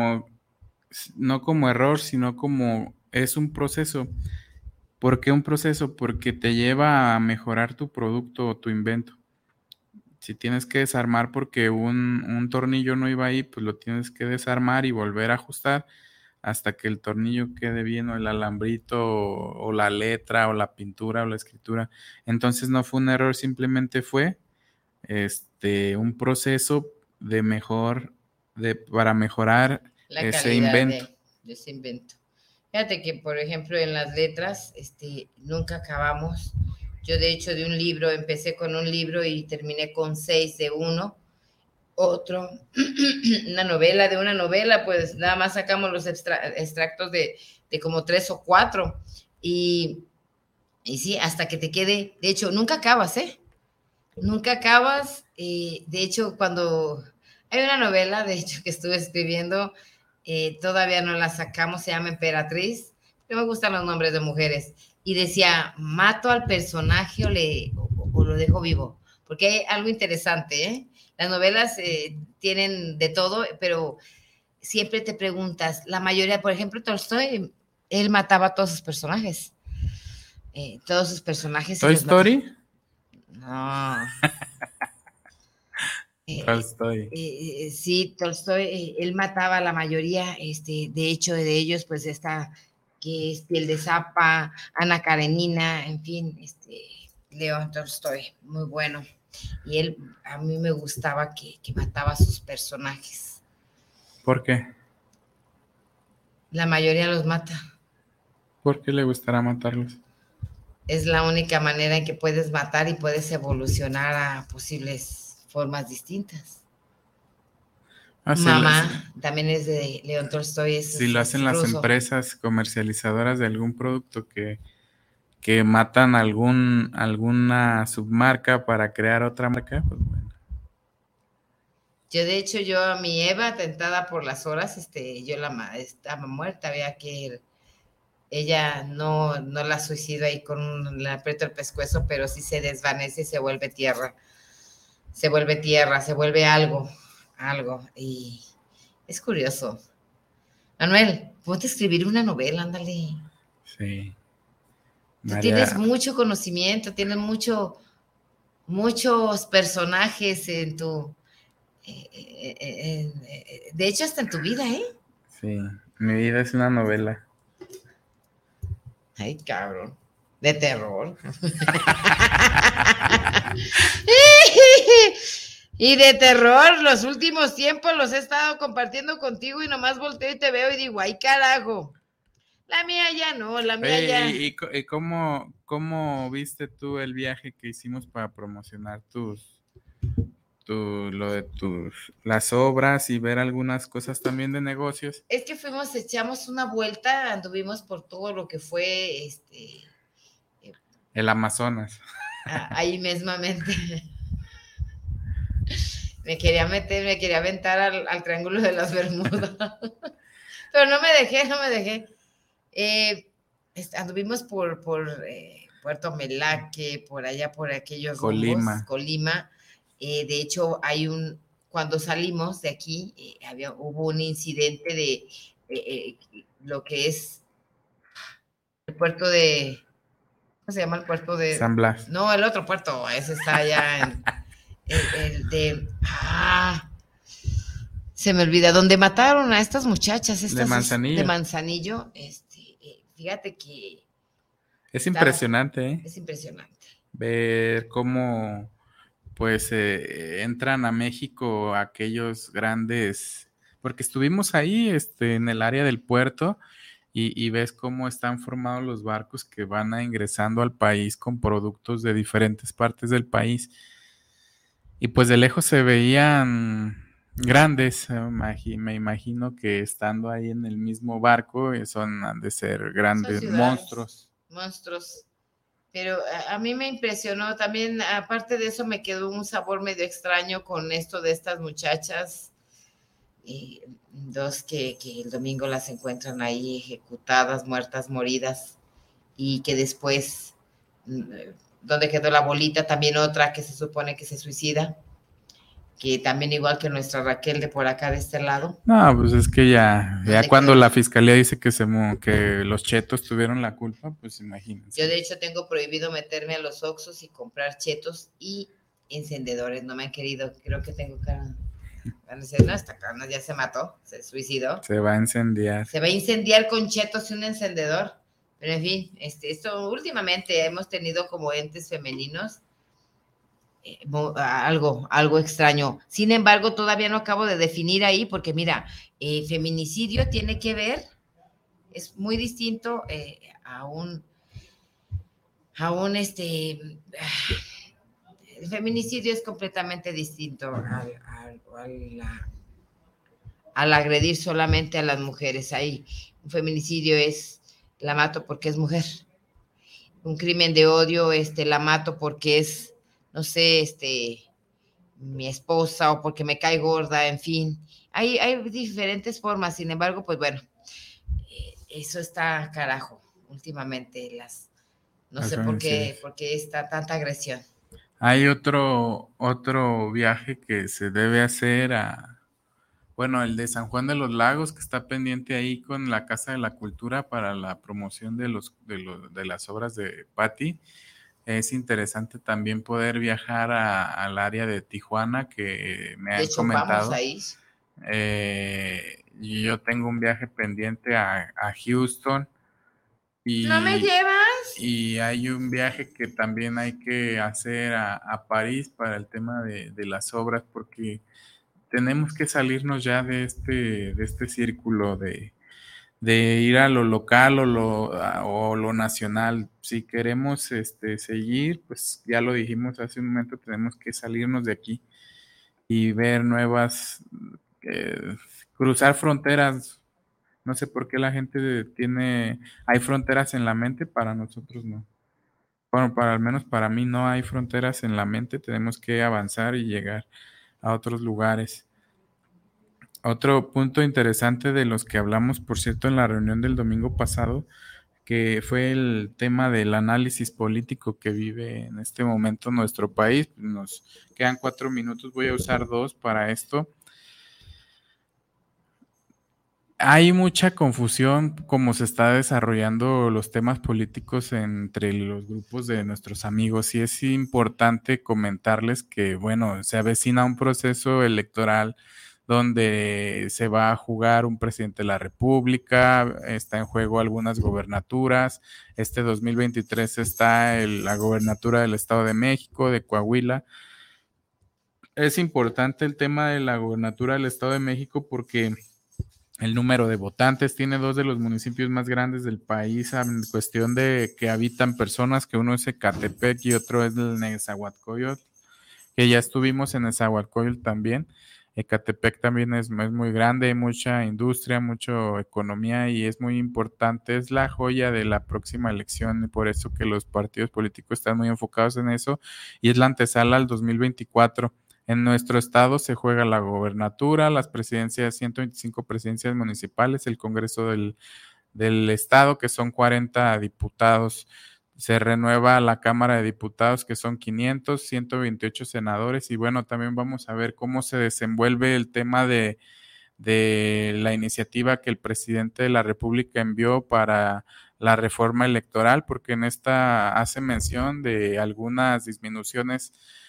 no como error, sino como es un proceso. ¿Por qué un proceso? Porque te lleva a mejorar tu producto o tu invento. Si tienes que desarmar porque un tornillo no iba ahí, pues lo tienes que desarmar y volver a ajustar hasta que el tornillo quede bien, o el alambrito, o la letra, o la pintura, o la escritura. Entonces no fue un error, simplemente fue un proceso para mejorar La ese calidad invento. de ese invento. Fíjate que, por ejemplo, en las letras, nunca acabamos. Yo, de hecho, de un libro, empecé con un libro y terminé con 6 de uno. Otro, una novela de una novela, pues nada más sacamos los extractos de como 3 o 4. Y sí, hasta que te quede. De hecho, nunca acabas, ¿eh? Nunca acabas. De hecho, cuando hay una novela, de hecho, que estuve escribiendo, todavía no la sacamos, se llama Emperatriz. No me gustan los nombres de mujeres. Y decía, mato al personaje o lo dejo vivo. Porque hay algo interesante, ¿eh? Las novelas tienen de todo, pero siempre te preguntas, la mayoría, por ejemplo, Tolstoy, él mataba a todos sus personajes. Todos sus personajes. ¿Toy Story? No. Tolstoy. Sí, Tolstoy, él mataba a la mayoría, de hecho, de ellos, pues está, que es Piel de Zapa, Ana Karenina, en fin, León Tolstoy, muy bueno. Y él, a mí me gustaba que mataba a sus personajes. ¿Por qué? La mayoría los mata. ¿Por qué le gustará matarlos? Es la única manera en que puedes matar y puedes evolucionar a posibles formas distintas. Mamá también es de León Tolstoy. Si lo hacen las empresas comercializadoras de algún producto que matan alguna submarca para crear otra marca, pues bueno. Yo, de hecho, a mi Eva, tentada por las horas, yo estaba muerta, había que ella no la suicido ahí le aprieto el pescuezo, pero sí se desvanece y se vuelve tierra, se vuelve algo, y es curioso. Manuel, ponte a escribir una novela, ándale. Sí. Tú tienes mucho conocimiento, tienes muchos personajes en tu... de hecho, hasta en tu vida, ¿eh? Sí, mi vida es una novela. Ay, cabrón. De terror. Y de terror, los últimos tiempos los he estado compartiendo contigo y nomás volteo y te veo y digo, ay, carajo. La mía ya no, la mía ya. ¿Y cómo viste tú el viaje que hicimos para promocionar las obras y ver algunas cosas también de negocios? Es que echamos una vuelta, anduvimos por todo lo que fue el Amazonas. Ahí mismamente. me quería aventar al Triángulo de las Bermudas. Pero no me dejé. Anduvimos por Puerto Melaque, por allá, por aquellos Colima. rumbos, Colima. De hecho, cuando salimos de aquí, hubo un incidente de lo que es el puerto de, ¿cómo se llama el puerto de? San Blas. No, el otro puerto, ese está allá en el de, se me olvida, donde mataron a estas muchachas, de Manzanillo. De Manzanillo, fíjate que es impresionante, ¿eh? Es impresionante. Ver cómo pues entran a México aquellos grandes, porque estuvimos ahí en el área del puerto y ves cómo están formados los barcos que van ingresando al país con productos de diferentes partes del país. Y pues de lejos se veían grandes, me imagino que estando ahí en el mismo barco han de ser grandes monstruos. Pero a mí me impresionó también, aparte de eso me quedó un sabor medio extraño con esto de estas muchachas, dos que el domingo las encuentran ahí ejecutadas, muertas, moridas, y que después, donde quedó la bolita, también otra que se supone que se suicida, que también igual que nuestra Raquel de por acá de este lado. No, pues es que ya cuando la fiscalía dice que los chetos tuvieron la culpa, pues imagínense. Yo de hecho tengo prohibido meterme a los Oxxos y comprar chetos y encendedores, no me han querido, creo que tengo cara. Van a decir, no, esta carne ya se mató, se suicidó. Se va a incendiar. Se va a incendiar con chetos y un encendedor. Pero en fin, esto últimamente hemos tenido como entes femeninos algo extraño. Sin embargo, todavía no acabo de definir ahí, porque mira, feminicidio tiene que ver, es muy distinto el feminicidio es completamente distinto al agredir solamente a las mujeres. Ahí, un feminicidio es, la mato porque es mujer. Un crimen de odio, la mato porque es, no sé, mi esposa o porque me cae gorda, en fin. Hay diferentes formas, sin embargo, pues bueno, eso está carajo últimamente, no Los sé feminicidios. por qué está tanta agresión. Hay otro viaje que se debe hacer bueno, el de San Juan de los Lagos, que está pendiente ahí con la Casa de la Cultura para la promoción de las obras de Patti. Es interesante también poder viajar al área de Tijuana que me De han hecho, vamos comentado. a ir. Y yo tengo un viaje pendiente a Houston ¿No me y, llevas? y hay un viaje que también hay que hacer a París para el tema de las obras, porque tenemos que salirnos ya de este círculo de ir a lo local o lo nacional. Si queremos seguir, pues ya lo dijimos hace un momento, tenemos que salirnos de aquí y ver eh, cruzar fronteras. No sé por qué la gente hay fronteras en la mente, para nosotros no. Bueno, al menos para mí no hay fronteras en la mente, tenemos que avanzar y llegar a otros lugares. Otro punto interesante de los que hablamos, por cierto, en la reunión del domingo pasado, que fue el tema del análisis político que vive en este momento nuestro país. Nos quedan 4 minutos, voy a usar 2 para esto. Hay mucha confusión como se está desarrollando los temas políticos entre los grupos de nuestros amigos y es importante comentarles que, bueno, se avecina un proceso electoral donde se va a jugar un presidente de la República, está en juego algunas gobernaturas, este 2023 está la gobernatura del Estado de México, de Coahuila. Es importante el tema de la gobernatura del Estado de México porque el número de votantes tiene 2 de los municipios más grandes del país en cuestión de que habitan personas, que uno es Ecatepec y otro es el Nezahualcóyotl, que ya estuvimos en Nezahualcóyotl también. Ecatepec también es muy grande, hay mucha industria, mucha economía y es muy importante, es la joya de la próxima elección y por eso que los partidos políticos están muy enfocados en eso y es la antesala al 2024. En nuestro estado se juega la gobernatura, las presidencias, 125 presidencias municipales, el Congreso del estado, que son 40 diputados. Se renueva la Cámara de Diputados, que son 500, 128 senadores. Y bueno, también vamos a ver cómo se desenvuelve el tema de la iniciativa que el presidente de la República envió para la reforma electoral, porque en esta hace mención de algunas disminuciones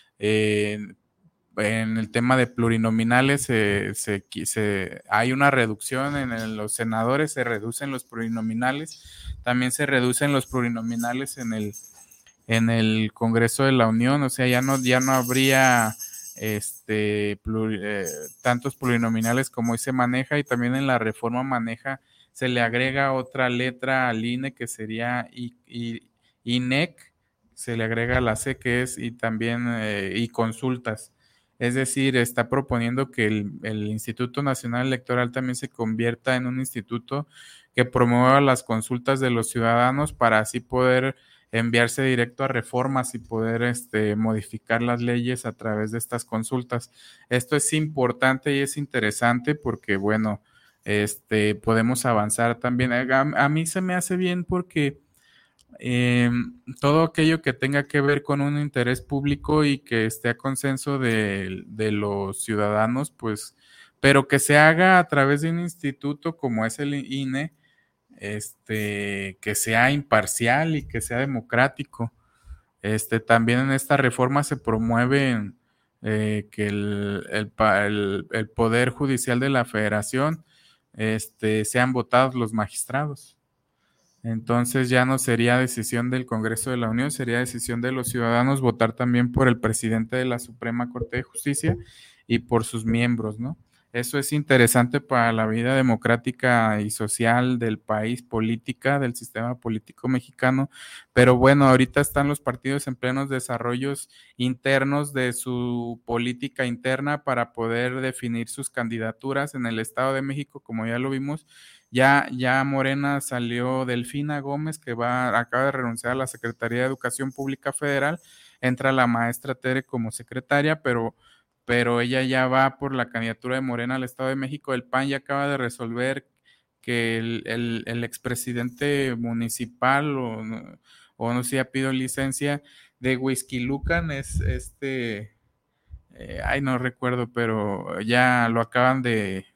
en el tema de plurinominales. Hay una reducción en los senadores, se reducen los plurinominales, también se reducen los plurinominales en el Congreso de la Unión, o sea, ya no habría tantos plurinominales como hoy se maneja, y también en la reforma se le agrega otra letra al INE que sería INEC, se le agrega la C que es y también y consultas. Es decir, está proponiendo que el Instituto Nacional Electoral también se convierta en un instituto que promueva las consultas de los ciudadanos para así poder enviarse directo a reformas y poder modificar las leyes a través de estas consultas. Esto es importante y es interesante porque, bueno, podemos avanzar también. A mí se me hace bien porque todo aquello que tenga que ver con un interés público y que esté a consenso de los ciudadanos, pues, pero que se haga a través de un instituto como es el INE, que sea imparcial y que sea democrático. También en esta reforma se promueven que el Poder Judicial de la Federación sean votados los magistrados. Entonces ya no sería decisión del Congreso de la Unión, sería decisión de los ciudadanos votar también por el presidente de la Suprema Corte de Justicia y por sus miembros, ¿no? Eso es interesante para la vida democrática y social del país, política, del sistema político mexicano, pero bueno, ahorita están los partidos en plenos desarrollos internos de su política interna para poder definir sus candidaturas en el Estado de México, como ya lo vimos. Ya Morena salió Delfina Gómez, que acaba de renunciar a la Secretaría de Educación Pública Federal, entra la maestra Tere como secretaria, pero ella ya va por la candidatura de Morena al Estado de México. El PAN ya acaba de resolver que el expresidente municipal o no sé, ya pido licencia de Huixquilucan es ay, no recuerdo, pero ya lo acaban de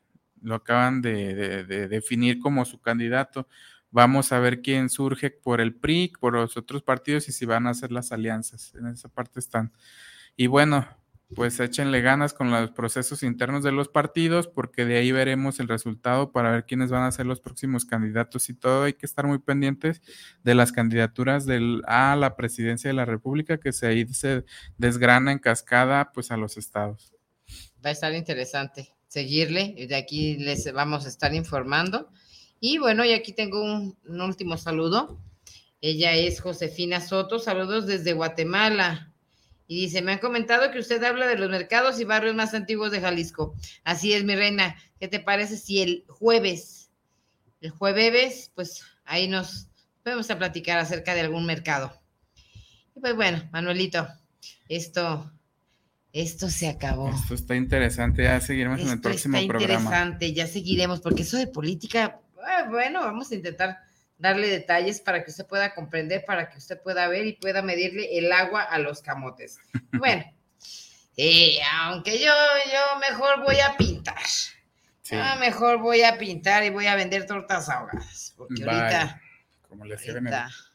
definir como su candidato. Vamos a ver quién surge por el PRI, por los otros partidos y si van a hacer las alianzas. En esa parte están. Y bueno, pues échenle ganas con los procesos internos de los partidos, porque de ahí veremos el resultado para ver quiénes van a ser los próximos candidatos y todo. Hay que estar muy pendientes de las candidaturas a la presidencia de la República, que ahí se desgrana en cascada pues a los estados. Va a estar interesante seguirle, de aquí les vamos a estar informando. Y bueno, y aquí tengo un último saludo. Ella es Josefina Soto, saludos desde Guatemala. Y dice, me han comentado que usted habla de los mercados y barrios más antiguos de Jalisco. Así es, mi reina. ¿Qué te parece si el jueves, pues ahí nos vamos a platicar acerca de algún mercado? Y pues bueno, Manuelito, esto se acabó. Esto está interesante, ya seguiremos en el próximo programa. Está interesante, ya seguiremos, porque eso de política, bueno, vamos a intentar darle detalles para que usted pueda comprender, para que usted pueda ver y pueda medirle el agua a los camotes. Bueno, aunque yo mejor voy a pintar. Sí. Mejor voy a pintar y voy a vender tortas ahogadas, porque ahorita, como le hacían